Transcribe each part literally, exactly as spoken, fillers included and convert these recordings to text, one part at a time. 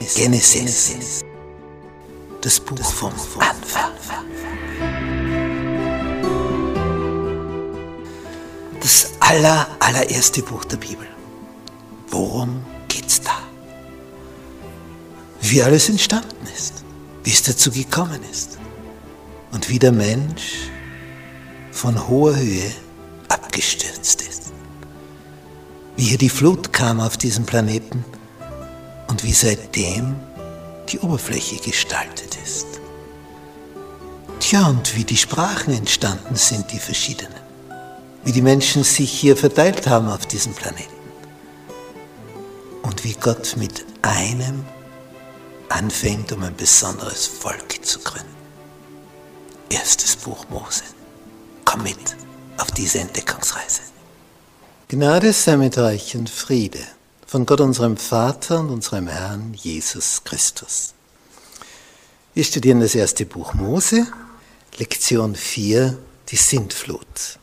Genesis, das Buch vom Anfang. Das aller, allererste Buch der Bibel. Worum geht's da? Wie alles entstanden ist, wie es dazu gekommen ist und wie der Mensch von hoher Höhe abgestürzt ist. Wie hier die Flut kam auf diesen Planeten und wie seitdem die Oberfläche gestaltet ist. Tja, und wie die Sprachen entstanden sind, die verschiedenen. Wie die Menschen sich hier verteilt haben auf diesem Planeten. Und wie Gott mit einem anfängt, um ein besonderes Volk zu gründen. Erstes Buch Mose. Komm mit auf diese Entdeckungsreise. Gnade sei mit euch und Friede von Gott, unserem Vater und unserem Herrn Jesus Christus. Wir studieren das erste Buch Mose, Lektion vier, die Sintflut.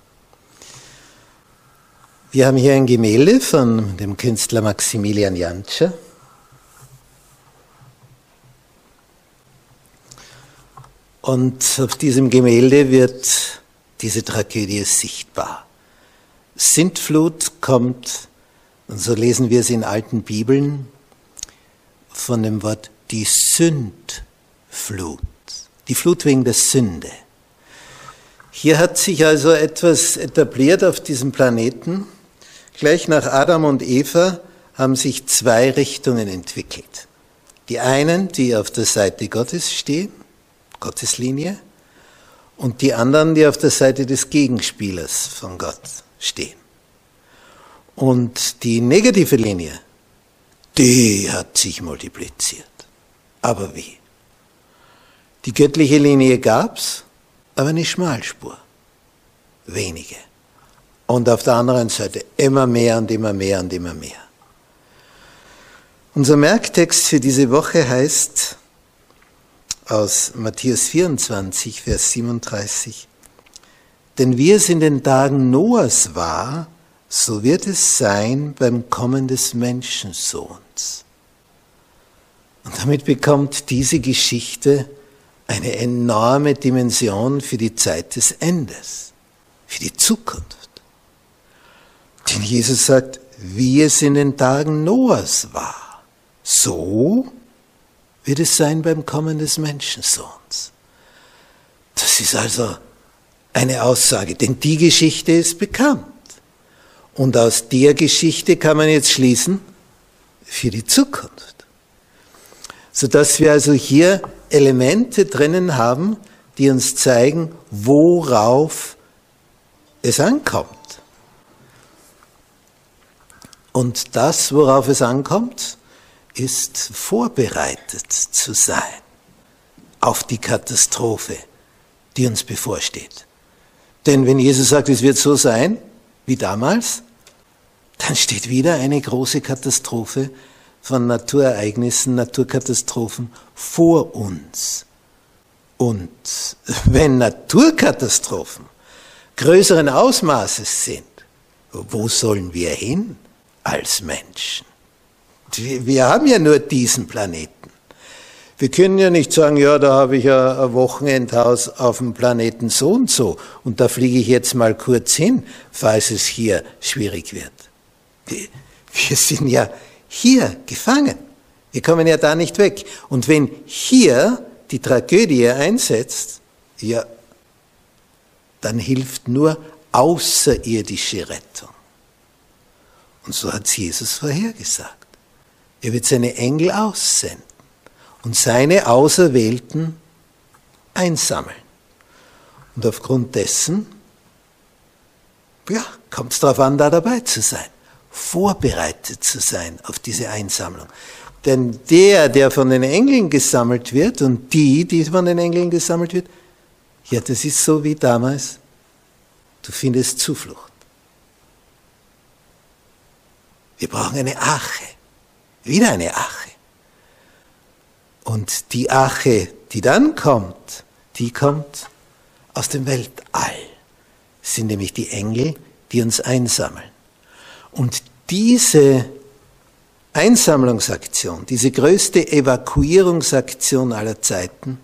Wir haben hier ein Gemälde von dem Künstler Maximilian Jantscher. Und auf diesem Gemälde wird diese Tragödie sichtbar. Sintflut kommt, und so lesen wir es in alten Bibeln, von dem Wort die Sündflut, die Flut wegen der Sünde. Hier hat sich also etwas etabliert auf diesem Planeten. Gleich nach Adam und Eva haben sich zwei Richtungen entwickelt. Die einen, die auf der Seite Gottes stehen, Gottes Linie, und die anderen, die auf der Seite des Gegenspielers von Gott stehen. Und die negative Linie, die hat sich multipliziert. Aber wie? Die göttliche Linie gab's, aber eine Schmalspur. Wenige. Und auf der anderen Seite immer mehr und immer mehr und immer mehr. Unser Merktext für diese Woche heißt aus Matthäus vierundzwanzig, Vers siebenunddreißig, denn wie es in den Tagen Noahs war, so wird es sein beim Kommen des Menschensohns. Und damit bekommt diese Geschichte eine enorme Dimension für die Zeit des Endes, für die Zukunft. Denn Jesus sagt, wie es in den Tagen Noahs war, so wird es sein beim Kommen des Menschensohns. Das ist also eine Aussage, denn die Geschichte ist bekannt. Und aus der Geschichte kann man jetzt schließen, für die Zukunft. Sodass wir also hier Elemente drinnen haben, die uns zeigen, worauf es ankommt. Und das, worauf es ankommt, ist vorbereitet zu sein auf die Katastrophe, die uns bevorsteht. Denn wenn Jesus sagt, es wird so sein, wie damals, dann steht wieder eine große Katastrophe von Naturereignissen, Naturkatastrophen vor uns. Und wenn Naturkatastrophen größeren Ausmaßes sind, wo sollen wir hin als Menschen? Wir haben ja nur diesen Planeten. Wir können ja nicht sagen, ja, da habe ich ja ein Wochenendhaus auf dem Planeten so und so und da fliege ich jetzt mal kurz hin, falls es hier schwierig wird. Wir, wir sind ja hier gefangen. Wir kommen ja da nicht weg. Und wenn hier die Tragödie einsetzt, ja, dann hilft nur außerirdische Rettung. Und so hat es Jesus vorhergesagt. Er wird seine Engel aussenden und seine Auserwählten einsammeln. Und aufgrund dessen, ja, kommt es darauf an, da dabei zu sein, vorbereitet zu sein auf diese Einsammlung. Denn der, der von den Engeln gesammelt wird und die, die von den Engeln gesammelt wird, ja, das ist so wie damals, du findest Zuflucht. Wir brauchen eine Arche. Wieder eine Arche. Und die Arche, die dann kommt, die kommt aus dem Weltall. Es sind nämlich die Engel, die uns einsammeln. Und diese Einsammlungsaktion, diese größte Evakuierungsaktion aller Zeiten,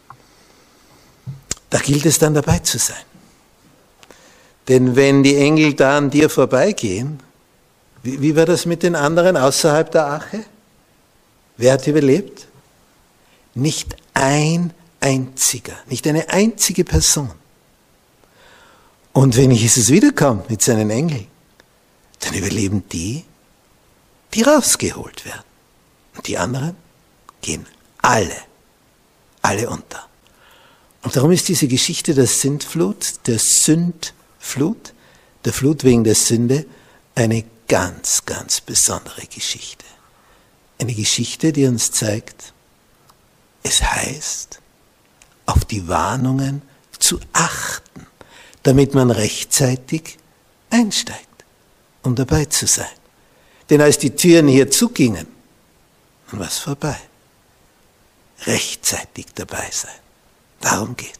da gilt es dann dabei zu sein. Denn wenn die Engel da an dir vorbeigehen, wie, wie war das mit den anderen außerhalb der Arche? Wer hat überlebt? Nicht ein einziger, nicht eine einzige Person. Und wenn Jesus wiederkommt mit seinen Engeln, dann überleben die, die rausgeholt werden. Und die anderen gehen alle, alle unter. Und darum ist diese Geschichte der Sintflut, der Sündflut, der Flut wegen der Sünde, eine ganz, ganz besondere Geschichte. Eine Geschichte, die uns zeigt, es heißt, auf die Warnungen zu achten, damit man rechtzeitig einsteigt, um dabei zu sein. Denn als die Türen hier zugingen, dann war es vorbei. Rechtzeitig dabei sein. Darum geht.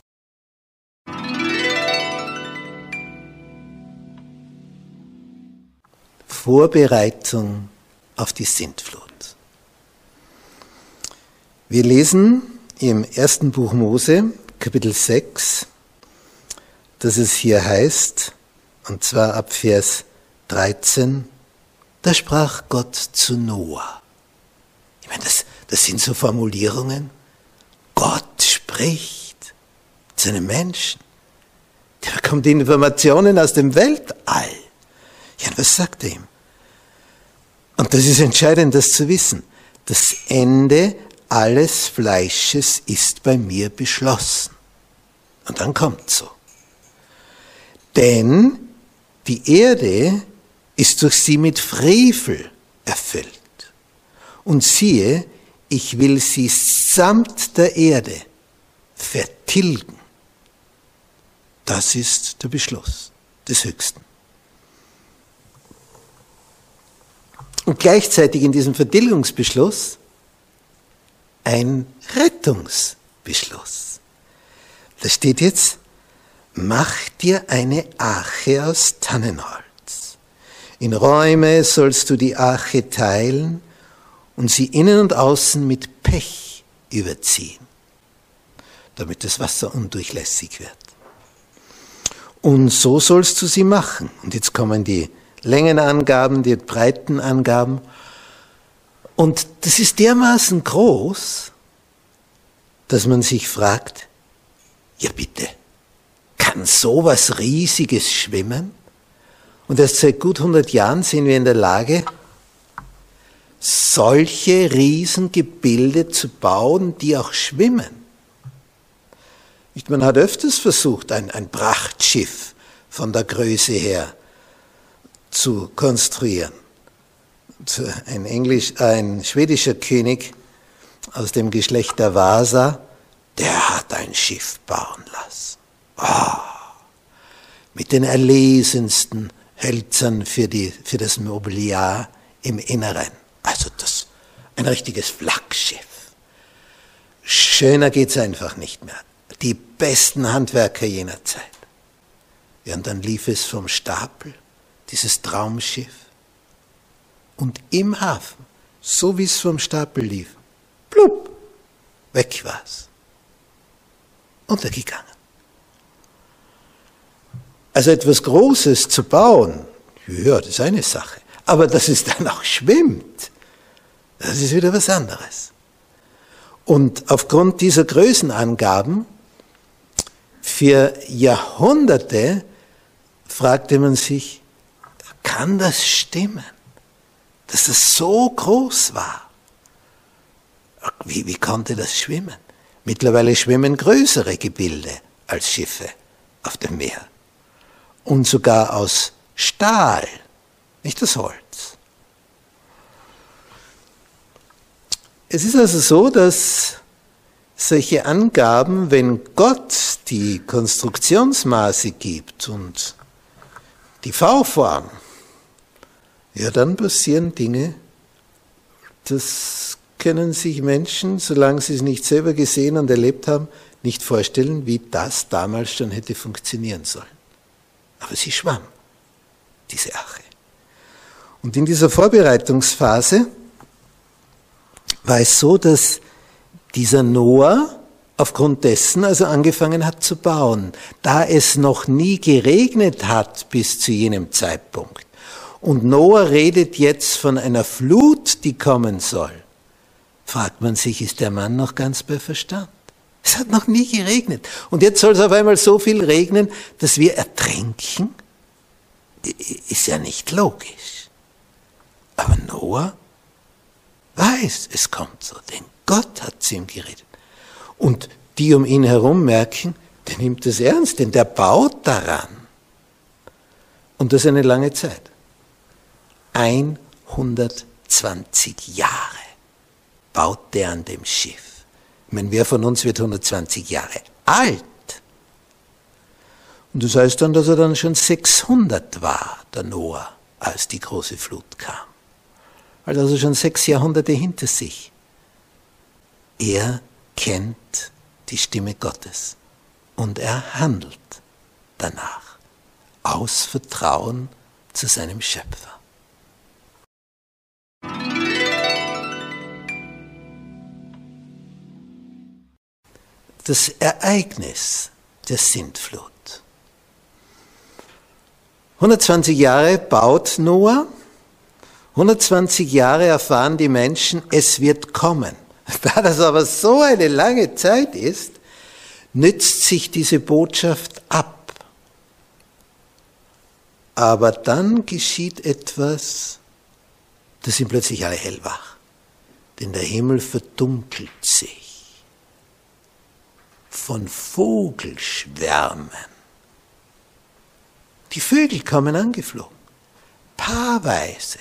Vorbereitung auf die Sintflut. Wir lesen im ersten Buch Mose, Kapitel sechs, dass es hier heißt, und zwar ab Vers dreizehn, da sprach Gott zu Noah. Ich meine, das, das sind so Formulierungen. Gott spricht zu einem Menschen. Der bekommt Informationen aus dem Weltall. Ja, und was sagt er ihm? Und das ist entscheidend, das zu wissen. Das Ende alles Fleisches ist bei mir beschlossen. Und dann kommt so. Denn die Erde ist durch sie mit Frevel erfüllt. Und siehe, ich will sie samt der Erde vertilgen. Das ist der Beschluss des Höchsten. Und gleichzeitig in diesem Vertilgungsbeschluss ein Rettungsbeschluss. Da steht jetzt, mach dir eine Arche aus Tannenholz. In Räume sollst du die Arche teilen und sie innen und außen mit Pech überziehen, damit das Wasser undurchlässig wird. Und so sollst du sie machen. Und jetzt kommen die Längenangaben, die Breitenangaben. Und das ist dermaßen groß, dass man sich fragt, ja bitte, kann sowas Riesiges schwimmen? Und erst seit gut hundert Jahren sind wir in der Lage, solche Riesengebilde zu bauen, die auch schwimmen. Man hat öfters versucht, ein, ein Prachtschiff von der Größe her zu konstruieren. Ein, Englisch, ein schwedischer König aus dem Geschlecht der Vasa, der hat ein Schiff bauen lassen. Oh, mit den erlesensten Hölzern für, die, für das Mobiliar im Inneren. Also das, ein richtiges Flaggschiff. Schöner geht's einfach nicht mehr. Die besten Handwerker jener Zeit. Ja, und dann lief es vom Stapel, dieses Traumschiff. Und im Hafen, so wie es vom Stapel lief, blub, weg war's. Untergegangen. Also etwas Großes zu bauen, ja, das ist eine Sache. Aber dass es dann auch schwimmt, das ist wieder was anderes. Und aufgrund dieser Größenangaben, für Jahrhunderte fragte man sich, kann das stimmen, dass das so groß war? Wie, wie konnte das schwimmen? Mittlerweile schwimmen größere Gebilde als Schiffe auf dem Meer. Und sogar aus Stahl, nicht aus Holz. Es ist also so, dass solche Angaben, wenn Gott die Konstruktionsmaße gibt und die V-Form, ja, dann passieren Dinge, das können sich Menschen, solange sie es nicht selber gesehen und erlebt haben, nicht vorstellen, wie das damals schon hätte funktionieren sollen. Aber sie schwamm, diese Arche. Und in dieser Vorbereitungsphase war es so, dass dieser Noah aufgrund dessen also angefangen hat zu bauen, da es noch nie geregnet hat bis zu jenem Zeitpunkt. Und Noah redet jetzt von einer Flut, die kommen soll. Fragt man sich, ist der Mann noch ganz bei Verstand? Es hat noch nie geregnet. Und jetzt soll es auf einmal so viel regnen, dass wir ertrinken? Ist ja nicht logisch. Aber Noah weiß, es kommt so, denn Gott hat zu ihm geredet. Und die um ihn herum merken, der nimmt es ernst, denn der baut daran. Und das ist eine lange Zeit. hundertzwanzig Jahre baut der an dem Schiff. Ich meine, wer von uns wird hundertzwanzig Jahre alt? Und das heißt dann, dass er dann schon sechshundert war, der Noah, als die große Flut kam. Also schon sechs Jahrhunderte hinter sich. Er kennt die Stimme Gottes und er handelt danach aus Vertrauen zu seinem Schöpfer. Das Ereignis der Sintflut. hundertzwanzig Jahre baut Noah, hundertzwanzig Jahre erfahren die Menschen, es wird kommen. Da das aber so eine lange Zeit ist, nützt sich diese Botschaft ab. Aber dann geschieht etwas, da sind plötzlich alle hellwach, denn der Himmel verdunkelt sich. Von Vogelschwärmen. Die Vögel kommen angeflogen, paarweise.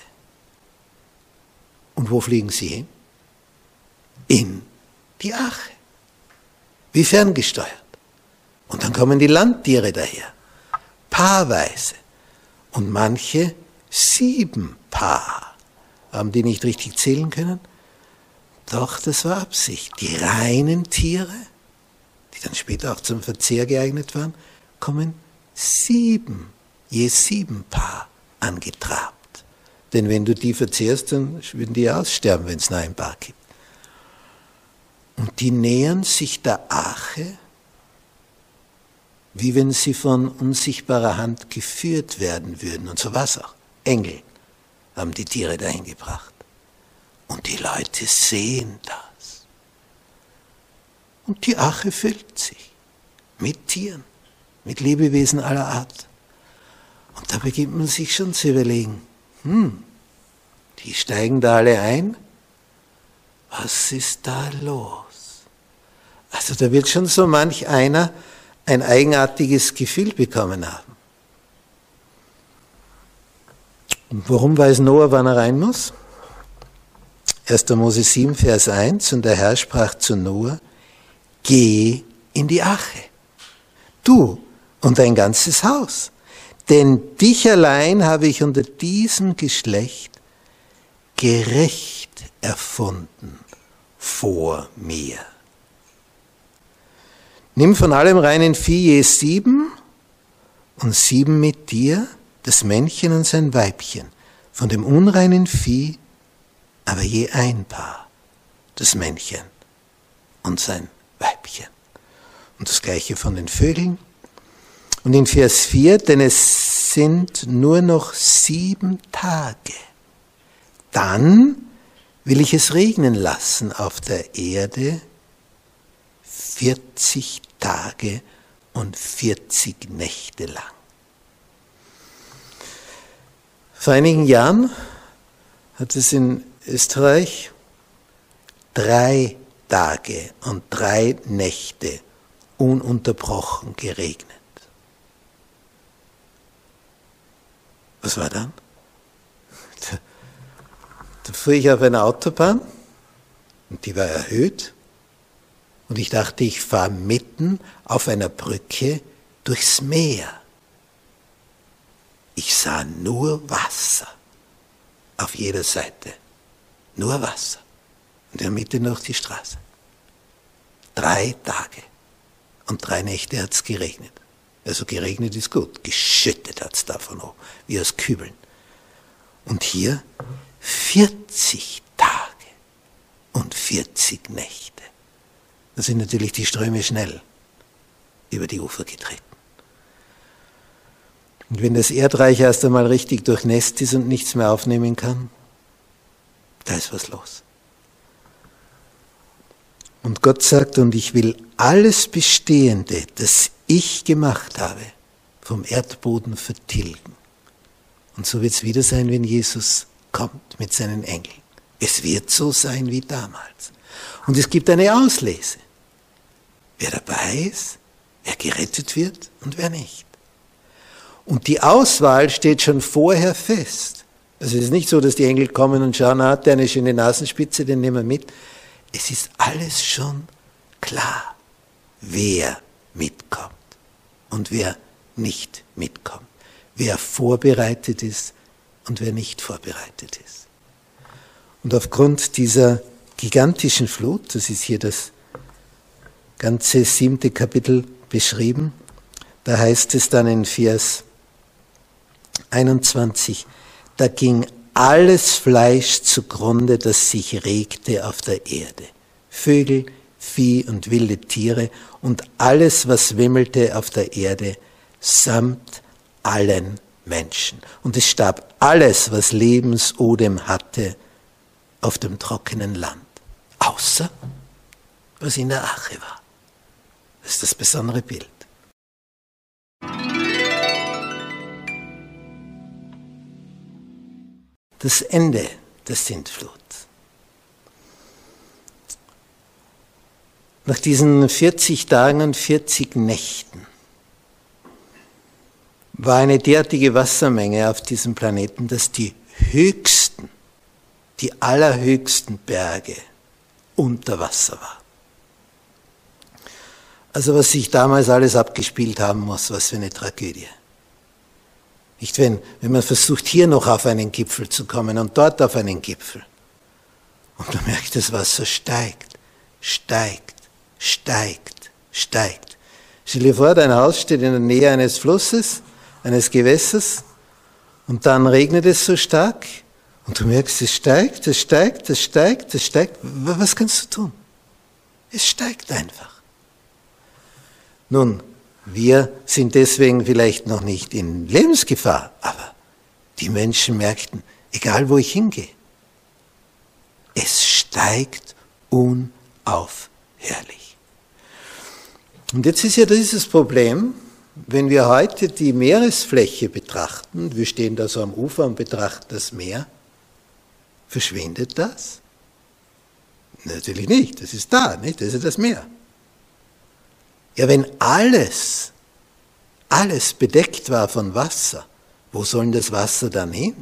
Und wo fliegen sie hin? In die Arche, wie ferngesteuert. Und dann kommen die Landtiere daher, paarweise. Und manche sieben Paar. Haben die nicht richtig zählen können? Doch, das war Absicht. Die reinen Tiere, die dann später auch zum Verzehr geeignet waren, kommen sieben, je sieben Paar angetrabt. Denn wenn du die verzehrst, dann würden die aussterben, wenn es nur ein Paar gibt. Und die nähern sich der Arche, wie wenn sie von unsichtbarer Hand geführt werden würden. Und so war es auch. Engel haben die Tiere dahin gebracht. Und die Leute sehen das. Und die Arche füllt sich mit Tieren, mit Lebewesen aller Art. Und da beginnt man sich schon zu überlegen, hm, die steigen da alle ein, was ist da los? Also da wird schon so manch einer ein eigenartiges Gefühl bekommen haben. Und warum weiß Noah, wann er rein muss? erster Mose sieben, Vers eins, und der Herr sprach zu Noah, geh in die Arche, du und dein ganzes Haus, denn dich allein habe ich unter diesem Geschlecht gerecht erfunden vor mir. Nimm von allem reinen Vieh je sieben und sieben mit dir, das Männchen und sein Weibchen, von dem unreinen Vieh aber je ein Paar, das Männchen und sein Weibchen. Und das gleiche von den Vögeln. Und in Vers vier, denn es sind nur noch sieben Tage. Dann will ich es regnen lassen auf der Erde vierzig Tage und vierzig Nächte lang. Vor einigen Jahren hat es in Österreich drei Tage und drei Nächte ununterbrochen geregnet. Was war dann? Da, da fuhr ich auf einer Autobahn und die war erhöht und ich dachte, ich fahre mitten auf einer Brücke durchs Meer. Ich sah nur Wasser auf jeder Seite. Nur Wasser. Und in der Mitte noch die Straße. Drei Tage und drei Nächte hat es geregnet. Also geregnet ist gut, geschüttet hat es davon oben, wie aus Kübeln. Und hier vierzig Tage und vierzig Nächte. Da sind natürlich die Ströme schnell über die Ufer getreten. Und wenn das Erdreich erst einmal richtig durchnässt ist und nichts mehr aufnehmen kann, da ist was los. Und Gott sagt, und ich will alles Bestehende, das ich gemacht habe, vom Erdboden vertilgen. Und so wird es wieder sein, wenn Jesus kommt mit seinen Engeln. Es wird so sein wie damals. Und es gibt eine Auslese. Wer dabei ist, wer gerettet wird und wer nicht. Und die Auswahl steht schon vorher fest. Also es ist nicht so, dass die Engel kommen und schauen, hat der eine schöne Nasenspitze, den nehmen wir mit. Es ist alles schon klar, wer mitkommt und wer nicht mitkommt. Wer vorbereitet ist und wer nicht vorbereitet ist. Und aufgrund dieser gigantischen Flut, das ist hier das ganze siebte Kapitel beschrieben, da heißt es dann in Vers einundzwanzig, da ging alles Fleisch zugrunde, das sich regte auf der Erde. Vögel, Vieh und wilde Tiere und alles, was wimmelte auf der Erde, samt allen Menschen. Und es starb alles, was Lebensodem hatte, auf dem trockenen Land. Außer, was in der Arche war. Das ist das besondere Bild. Das Ende der Sintflut. Nach diesen vierzig Tagen und vierzig Nächten war eine derartige Wassermenge auf diesem Planeten, dass die höchsten, die allerhöchsten Berge unter Wasser waren. Also was sich damals alles abgespielt haben muss, was für eine Tragödie. Nicht, wenn, wenn man versucht, hier noch auf einen Gipfel zu kommen und dort auf einen Gipfel. Und man merkt, das Wasser steigt, steigt, steigt, steigt. Stell dir vor, dein Haus steht in der Nähe eines Flusses, eines Gewässers, und dann regnet es so stark, und du merkst, es steigt, es steigt, es steigt, es steigt. Was kannst du tun? Es steigt einfach. Nun, wir sind deswegen vielleicht noch nicht in Lebensgefahr, aber die Menschen merkten, egal wo ich hingehe, es steigt unaufhörlich. Und jetzt ist ja dieses Problem, wenn wir heute die Meeresfläche betrachten, wir stehen da so am Ufer und betrachten das Meer, verschwindet das? Natürlich nicht, das ist da, nicht? Das ist ja das Meer. Ja, wenn alles, alles bedeckt war von Wasser, wo soll denn das Wasser dann hin?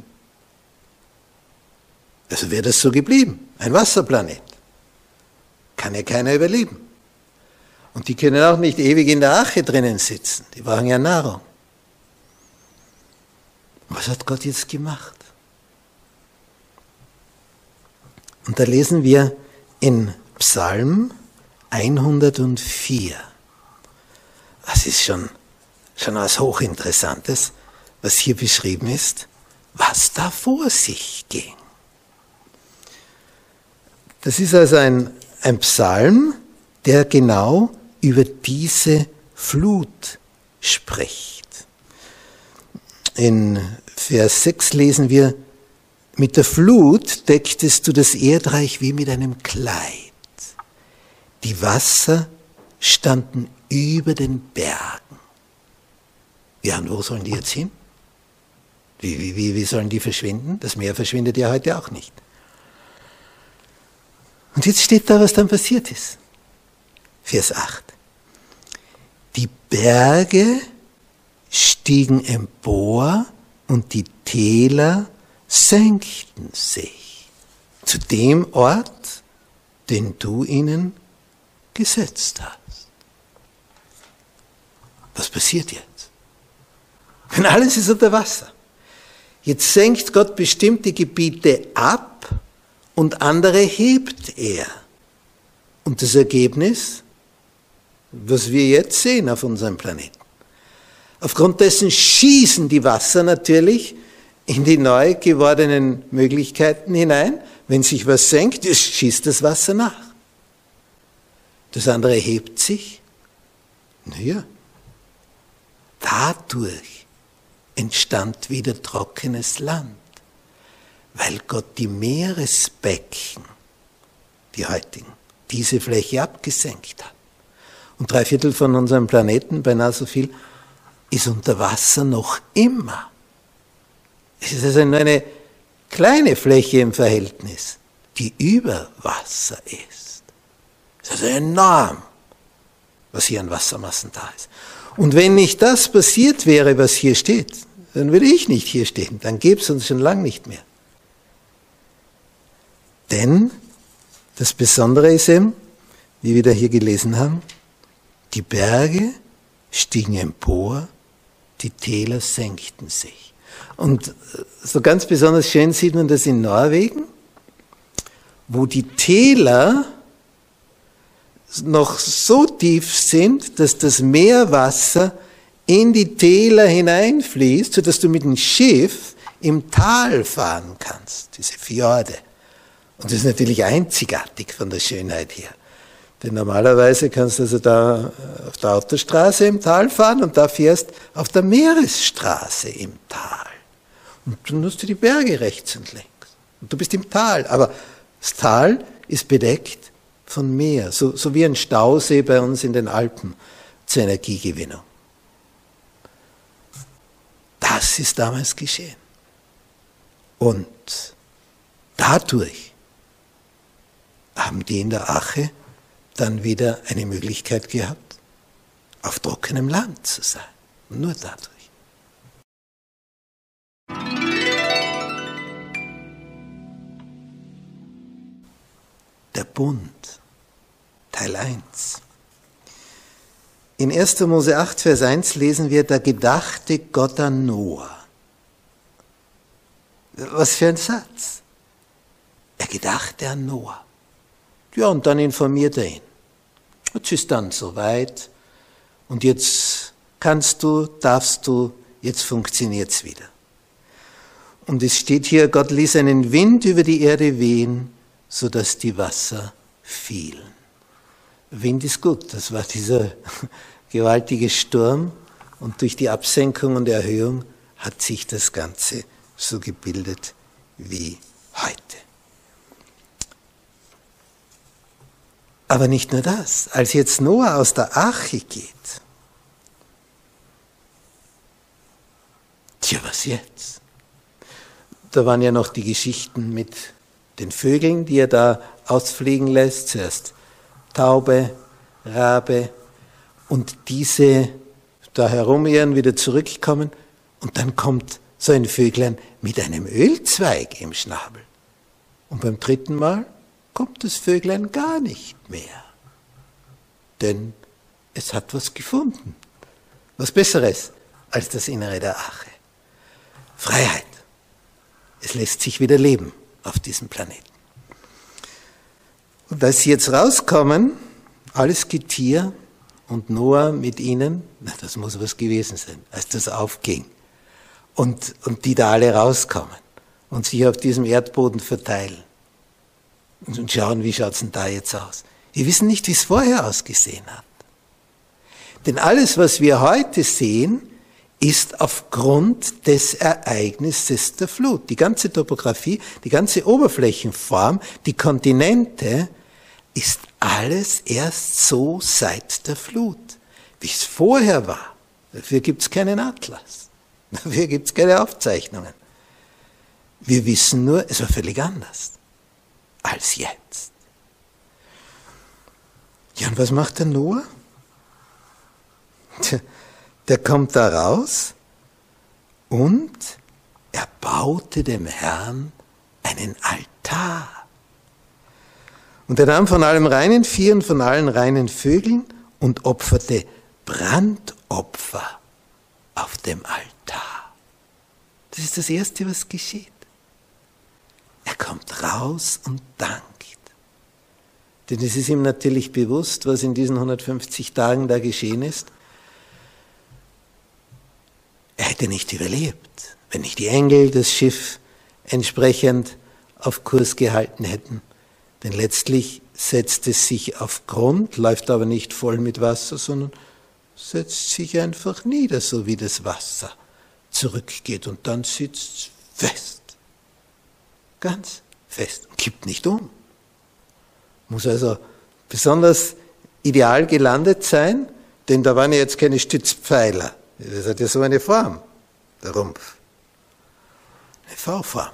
Also wäre das so geblieben, ein Wasserplanet. Kann ja keiner überleben. Und die können auch nicht ewig in der Arche drinnen sitzen, die brauchen ja Nahrung. Was hat Gott jetzt gemacht? Und da lesen wir in Psalm hundertvier. Das ist schon, schon was Hochinteressantes, was hier beschrieben ist, was da vor sich ging. Das ist also ein, ein Psalm, der genau über diese Flut spricht. In Vers sechs lesen wir, mit der Flut decktest du das Erdreich wie mit einem Kleid. Die Wasser standen über den Bergen. Ja, und wo sollen die jetzt hin? Wie, wie, wie, wie sollen die verschwinden? Das Meer verschwindet ja heute auch nicht. Und jetzt steht da, was dann passiert ist. Vers acht. Die Berge stiegen empor und die Täler senkten sich zu dem Ort, den du ihnen gesetzt hast. Was passiert jetzt? Wenn alles ist unter Wasser. Jetzt senkt Gott bestimmte Gebiete ab und andere hebt er. Und das Ergebnis, was wir jetzt sehen auf unserem Planeten. Aufgrund dessen schießen die Wasser natürlich in die neu gewordenen Möglichkeiten hinein. Wenn sich was senkt, schießt das Wasser nach. Das andere hebt sich. Naja, dadurch entstand wieder trockenes Land, weil Gott die Meeresbecken, die heutigen, diese Fläche abgesenkt hat. Und drei Viertel von unserem Planeten, beinahe so viel, ist unter Wasser noch immer. Es ist also nur eine kleine Fläche im Verhältnis, die über Wasser ist. Es ist also enorm, was hier an Wassermassen da ist. Und wenn nicht das passiert wäre, was hier steht, dann würde ich nicht hier stehen, dann gäbe es uns schon lange nicht mehr. Denn das Besondere ist eben, wie wir da hier gelesen haben, die Berge stiegen empor, die Täler senkten sich. Und so ganz besonders schön sieht man das in Norwegen, wo die Täler noch so tief sind, dass das Meerwasser in die Täler hineinfließt, sodass du mit dem Schiff im Tal fahren kannst, diese Fjorde. Und das ist natürlich einzigartig von der Schönheit her. Denn normalerweise kannst du also da auf der Autostraße im Tal fahren und da fährst auf der Meeresstraße im Tal. Und dann hast du die Berge rechts und links. Und du bist im Tal. Aber das Tal ist bedeckt von Meer, so, so wie ein Stausee bei uns in den Alpen zur Energiegewinnung. Das ist damals geschehen. Und dadurch haben die in der Arche dann wieder eine Möglichkeit gehabt, auf trockenem Land zu sein. Und nur dadurch. Der Bund, Teil eins. In erster Mose acht, Vers eins lesen wir, da gedachte Gott an Noah. Was für ein Satz. Er gedachte an Noah. Ja, und dann informiert er ihn. Jetzt ist dann soweit und jetzt kannst du, darfst du, jetzt funktioniert's wieder. Und es steht hier, Gott ließ einen Wind über die Erde wehen, sodass die Wasser fielen. Wind ist gut, das war dieser gewaltige Sturm und durch die Absenkung und Erhöhung hat sich das Ganze so gebildet wie heute. Aber nicht nur das, als jetzt Noah aus der Arche geht, tja, was jetzt? Da waren ja noch die Geschichten mit den Vögeln, die er da ausfliegen lässt, zuerst Taube, Rabe und diese da herumirren, wieder zurückkommen und dann kommt so ein Vöglein mit einem Ölzweig im Schnabel. Und beim dritten Mal kommt das Vöglein gar nicht mehr. Denn es hat was gefunden. Was Besseres als das Innere der Arche. Freiheit. Es lässt sich wieder leben auf diesem Planeten. Und als sie jetzt rauskommen, alles Getier und Noah mit ihnen, na, das muss was gewesen sein, als das aufging. Und, und die da alle rauskommen und sich auf diesem Erdboden verteilen. Und schauen, wie schaut es denn da jetzt aus? Wir wissen nicht, wie es vorher ausgesehen hat. Denn alles, was wir heute sehen, ist aufgrund des Ereignisses der Flut. Die ganze Topographie, die ganze Oberflächenform, die Kontinente, ist alles erst so seit der Flut. Wie es vorher war, dafür gibt es keinen Atlas. Dafür gibt es keine Aufzeichnungen. Wir wissen nur, es war völlig anders als jetzt. Ja, und was macht der Noah? Der, der kommt da raus und er baute dem Herrn einen Altar. Und er nahm von allem reinen Vieh und von allen reinen Vögeln und opferte Brandopfer auf dem Altar. Das ist das Erste, was geschieht. Er kommt raus und dankt. Denn es ist ihm natürlich bewusst, was in diesen hundertfünfzig Tagen da geschehen ist. Er hätte nicht überlebt, wenn nicht die Engel das Schiff entsprechend auf Kurs gehalten hätten. Denn letztlich setzt es sich auf Grund, läuft aber nicht voll mit Wasser, sondern setzt sich einfach nieder, so wie das Wasser zurückgeht. Und dann sitzt es fest. Ganz fest. Und kippt nicht um. Muss also besonders ideal gelandet sein, denn da waren ja jetzt keine Stützpfeiler. Das hat ja so eine Form, der Rumpf. Eine V-Form.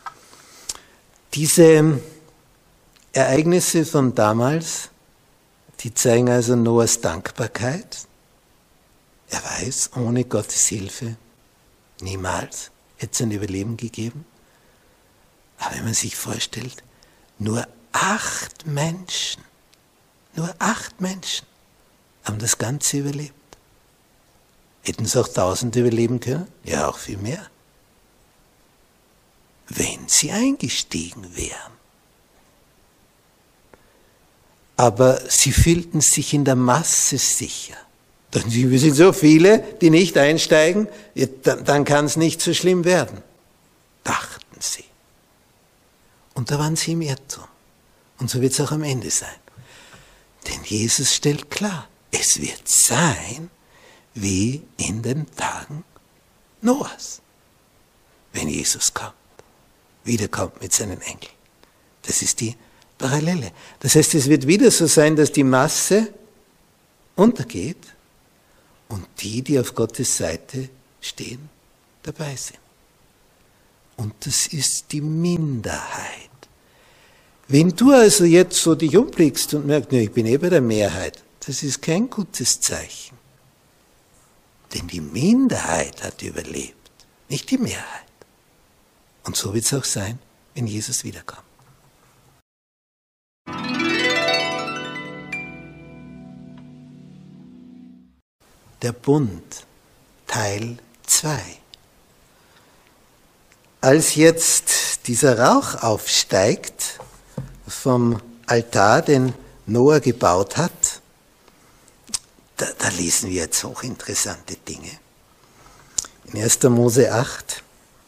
Diese Ereignisse von damals, die zeigen also Noahs Dankbarkeit. Er weiß, ohne Gottes Hilfe niemals hätte es ein Überleben gegeben. Aber wenn man sich vorstellt, nur acht Menschen, nur acht Menschen haben das Ganze überlebt. Hätten es auch tausend überleben können? Ja, auch viel mehr. Wenn sie eingestiegen wären. Aber sie fühlten sich in der Masse sicher. Wir sind so viele, die nicht einsteigen, dann kann es nicht so schlimm werden, dachten sie. Und da waren sie im Irrtum. Und so wird es auch am Ende sein. Denn Jesus stellt klar, es wird sein wie in den Tagen Noahs, wenn Jesus kommt, wiederkommt mit seinen Engeln. Das ist die Parallele. Das heißt, es wird wieder so sein, dass die Masse untergeht und die, die auf Gottes Seite stehen, dabei sind. Und das ist die Minderheit. Wenn du also jetzt so dich umblickst und merkst, ne, ich bin eh bei der Mehrheit, das ist kein gutes Zeichen. Denn die Minderheit hat überlebt, nicht die Mehrheit. Und so wird es auch sein, wenn Jesus wiederkommt. Der Bund, Teil zwei. Als jetzt dieser Rauch aufsteigt vom Altar, den Noah gebaut hat, da, da lesen wir jetzt hochinteressante Dinge. In erster Mose acht,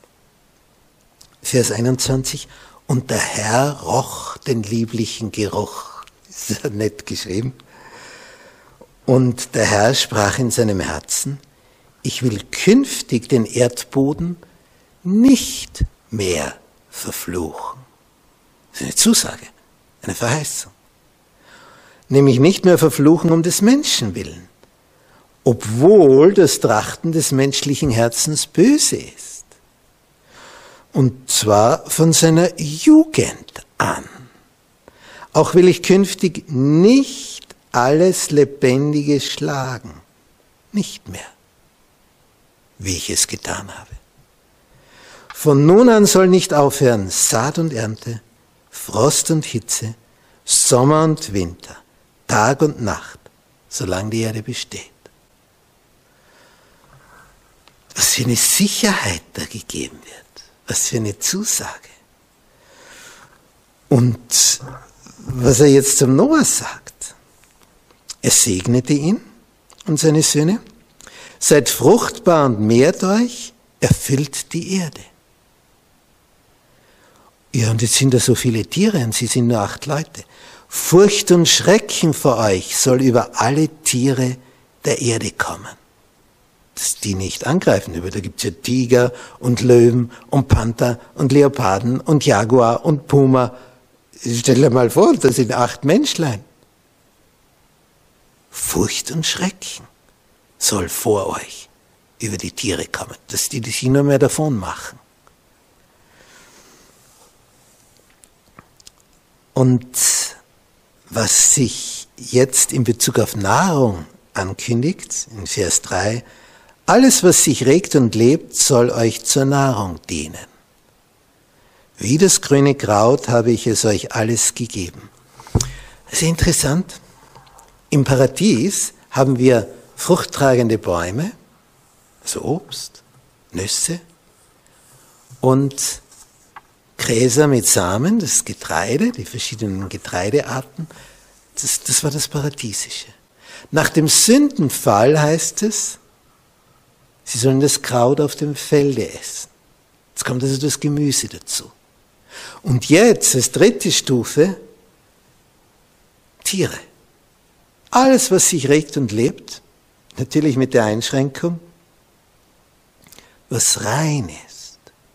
Vers einundzwanzig, und der Herr roch den lieblichen Geruch. Ist ja nett geschrieben. Und der Herr sprach in seinem Herzen, ich will künftig den Erdboden nicht mehr verfluchen. Das ist eine Zusage, eine Verheißung. Nämlich nicht mehr verfluchen um des Menschen willen, obwohl das Trachten des menschlichen Herzens böse ist. Und zwar von seiner Jugend an. Auch will ich künftig nicht alles Lebendige schlagen. Nicht mehr, wie ich es getan habe. Von nun an soll nicht aufhören Saat und Ernte, Frost und Hitze, Sommer und Winter, Tag und Nacht, solange die Erde besteht. Was für eine Sicherheit da gegeben wird, was für eine Zusage. Und was er jetzt zum Noah sagt, er segnete ihn und seine Söhne, seid fruchtbar und mehrt euch, erfüllt die Erde. Ja, und jetzt sind da so viele Tiere und sie sind nur acht Leute. Furcht und Schrecken vor euch soll über alle Tiere der Erde kommen. Dass die nicht angreifen, da gibt es ja Tiger und Löwen und Panther und Leoparden und Jaguar und Puma. Stell dir mal vor, das sind acht Menschlein. Furcht und Schrecken soll vor euch über die Tiere kommen, dass die sich nur mehr davon machen. Und was sich jetzt in Bezug auf Nahrung ankündigt, in Vers drei, alles, was sich regt und lebt, soll euch zur Nahrung dienen. Wie das grüne Kraut habe ich es euch alles gegeben. Das ist interessant. Im Paradies haben wir fruchttragende Bäume, also Obst, Nüsse und Gräser mit Samen, das Getreide, die verschiedenen Getreidearten. Das, das war das Paradiesische. Nach dem Sündenfall heißt es, sie sollen das Kraut auf dem Felde essen. Jetzt kommt also das Gemüse dazu. Und jetzt, als dritte Stufe, Tiere. Alles, was sich regt und lebt, natürlich mit der Einschränkung, was rein ist.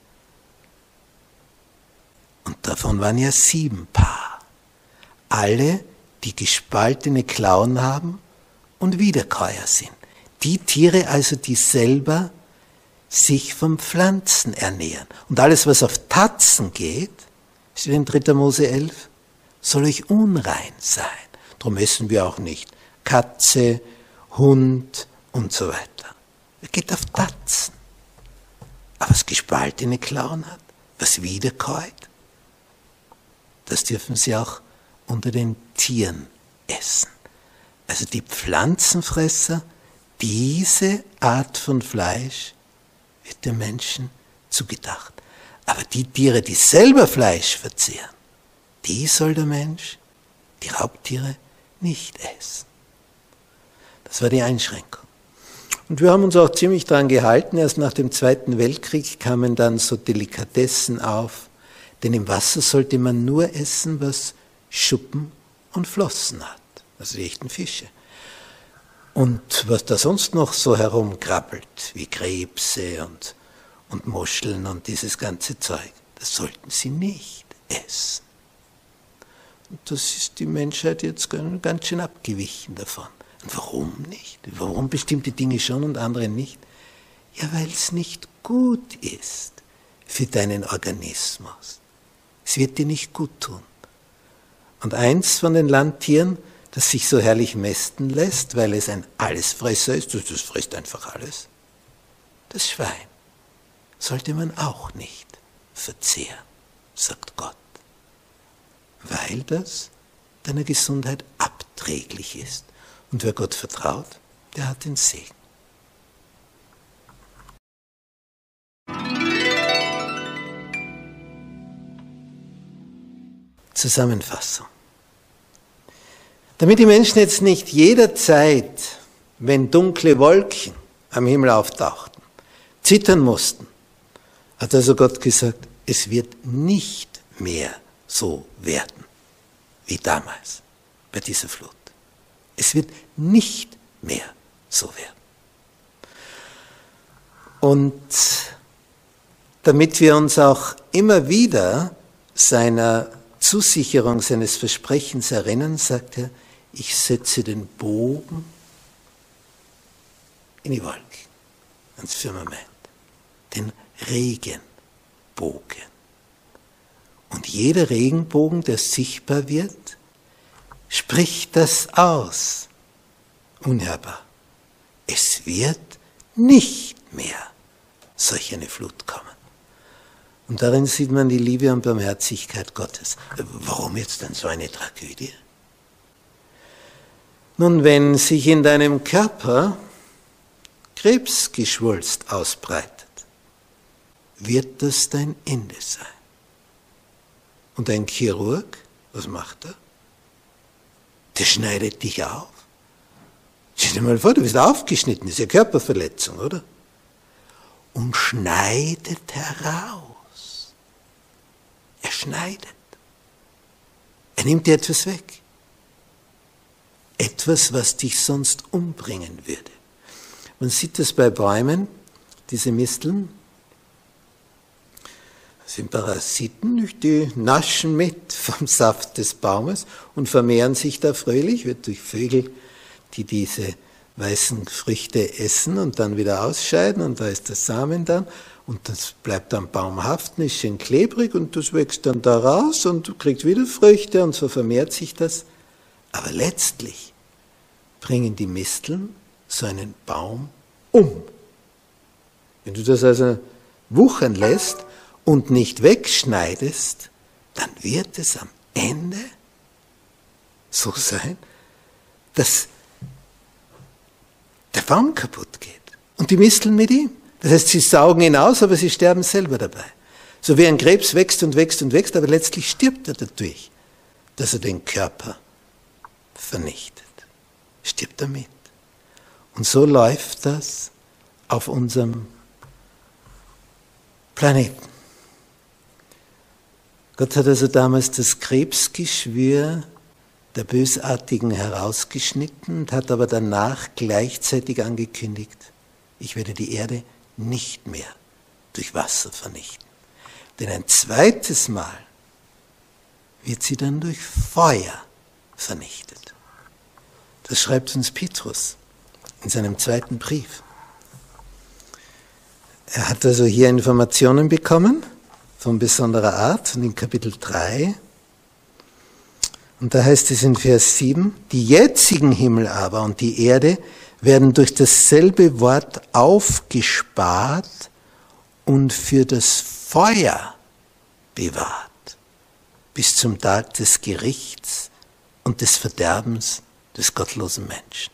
Und davon waren ja sieben Paar. Alle, die gespaltene Klauen haben und Wiederkäuer sind. Die Tiere also, die selber sich von Pflanzen ernähren. Und alles, was auf Tatzen geht, steht in dritter Mose elf, soll euch unrein sein. Darum essen wir auch nicht Katze, Hund und so weiter. Es geht auf Tatzen. Aber was gespaltene Klauen hat, was wiederkäut, das dürfen sie auch unter den Tieren essen. Also die Pflanzenfresser, diese Art von Fleisch wird dem Menschen zugedacht. Aber die Tiere, die selber Fleisch verzehren, die soll der Mensch, die Raubtiere, nicht essen. Das war die Einschränkung. Und wir haben uns auch ziemlich daran gehalten. Erst nach dem Zweiten Weltkrieg kamen dann so Delikatessen auf. Denn im Wasser sollte man nur essen, was Schuppen und Flossen hat. Also die echten Fische. Und was da sonst noch so herumkrabbelt, wie Krebse und, und Muscheln und dieses ganze Zeug, das sollten sie nicht essen. Und das ist die Menschheit jetzt ganz schön abgewichen davon. Und warum nicht? Warum bestimmte Dinge schon und andere nicht? Ja, weil es nicht gut ist für deinen Organismus. Es wird dir nicht gut tun. Und eins von den Landtieren, das sich so herrlich mästen lässt, weil es ein Allesfresser ist, das, das frisst einfach alles. Das Schwein sollte man auch nicht verzehren, sagt Gott, weil das deiner Gesundheit abträglich ist. Und wer Gott vertraut, der hat den Segen. Zusammenfassung. Damit die Menschen jetzt nicht jederzeit, wenn dunkle Wolken am Himmel auftauchten, zittern mussten, hat also Gott gesagt, es wird nicht mehr so werden wie damals bei dieser Flut. Es wird nicht mehr so werden. Und damit wir uns auch immer wieder seiner Zusicherung, seines Versprechens erinnern, sagt er, ich setze den Bogen in die Wolken, ans Firmament, den Regenbogen. Und jeder Regenbogen, der sichtbar wird, spricht das aus. Unhörbar. Es wird nicht mehr solch eine Flut kommen. Und darin sieht man die Liebe und Barmherzigkeit Gottes. Warum jetzt dann so eine Tragödie? Nun, wenn sich in deinem Körper Krebsgeschwulst ausbreitet, wird das dein Ende sein. Und ein Chirurg, was macht er? Der schneidet dich auf. Stell dir mal vor, du bist aufgeschnitten, das ist ja Körperverletzung, oder? Und schneidet heraus. Er schneidet. Er nimmt dir etwas weg. Etwas, was dich sonst umbringen würde. Man sieht das bei Bäumen, diese Misteln. Das sind Parasiten, die naschen mit vom Saft des Baumes und vermehren sich da fröhlich, wird durch Vögel, die diese weißen Früchte essen und dann wieder ausscheiden und da ist der Samen dann und das bleibt am Baum haften, ist schön klebrig und das wächst dann da raus und kriegt wieder Früchte und so vermehrt sich das. Aber letztlich bringen die Misteln so einen Baum um. Wenn du das also wuchern lässt und nicht wegschneidest, dann wird es am Ende so sein, dass der Baum kaputt geht und die Misteln mit ihm. Das heißt, sie saugen ihn aus, aber sie sterben selber dabei. So wie ein Krebs wächst und wächst und wächst, aber letztlich stirbt er dadurch, dass er den Körper vernichtet. Stirbt er mit. Und so läuft das auf unserem Planeten. Gott hat also damals das Krebsgeschwür der Bösartigen herausgeschnitten und hat aber danach gleichzeitig angekündigt, ich werde die Erde nicht mehr durch Wasser vernichten. Denn ein zweites Mal wird sie dann durch Feuer vernichtet. Das schreibt uns Petrus in seinem zweiten Brief. Er hat also hier Informationen bekommen von besonderer Art und in Kapitel drei. Und da heißt es in Vers sieben, die jetzigen Himmel aber und die Erde werden durch dasselbe Wort aufgespart und für das Feuer bewahrt, bis zum Tag des Gerichts und des Verderbens des gottlosen Menschen.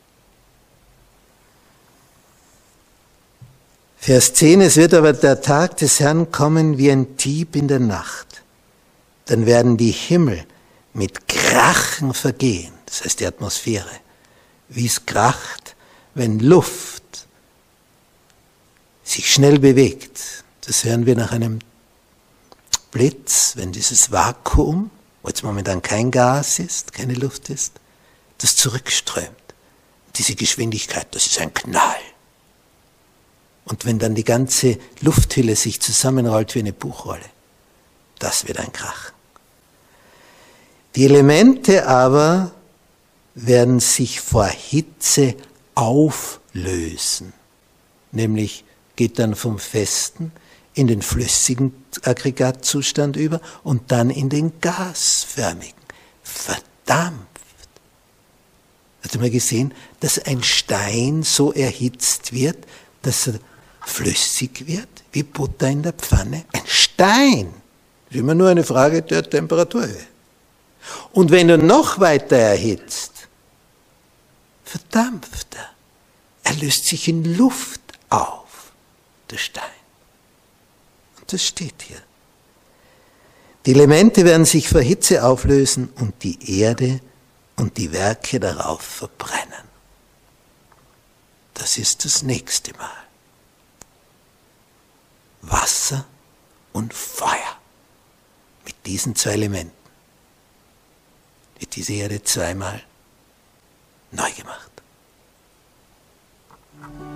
Vers zehn, es wird aber der Tag des Herrn kommen wie ein Dieb in der Nacht. Dann werden die Himmel mit Krachen vergehen, das heißt die Atmosphäre, wie es kracht, wenn Luft sich schnell bewegt. Das hören wir nach einem Blitz, wenn dieses Vakuum, wo jetzt momentan kein Gas ist, keine Luft ist, das zurückströmt. Diese Geschwindigkeit, das ist ein Knall. Und wenn dann die ganze Lufthülle sich zusammenrollt wie eine Buchrolle, das wird ein Krach. Die Elemente aber werden sich vor Hitze auflösen. Nämlich geht dann vom festen in den flüssigen Aggregatzustand über und dann in den gasförmigen. Verdampft. Hat man gesehen, dass ein Stein so erhitzt wird, dass er flüssig wird, wie Butter in der Pfanne? Ein Stein. Das ist immer nur eine Frage der Temperaturhöhe. Und wenn du noch weiter erhitzt, verdampft er. Er löst sich in Luft auf, der Stein. Und das steht hier. Die Elemente werden sich vor Hitze auflösen und die Erde und die Werke darauf verbrennen. Das ist das nächste Mal. Wasser und Feuer. Mit diesen zwei Elementen wird diese Erde zweimal neu gemacht.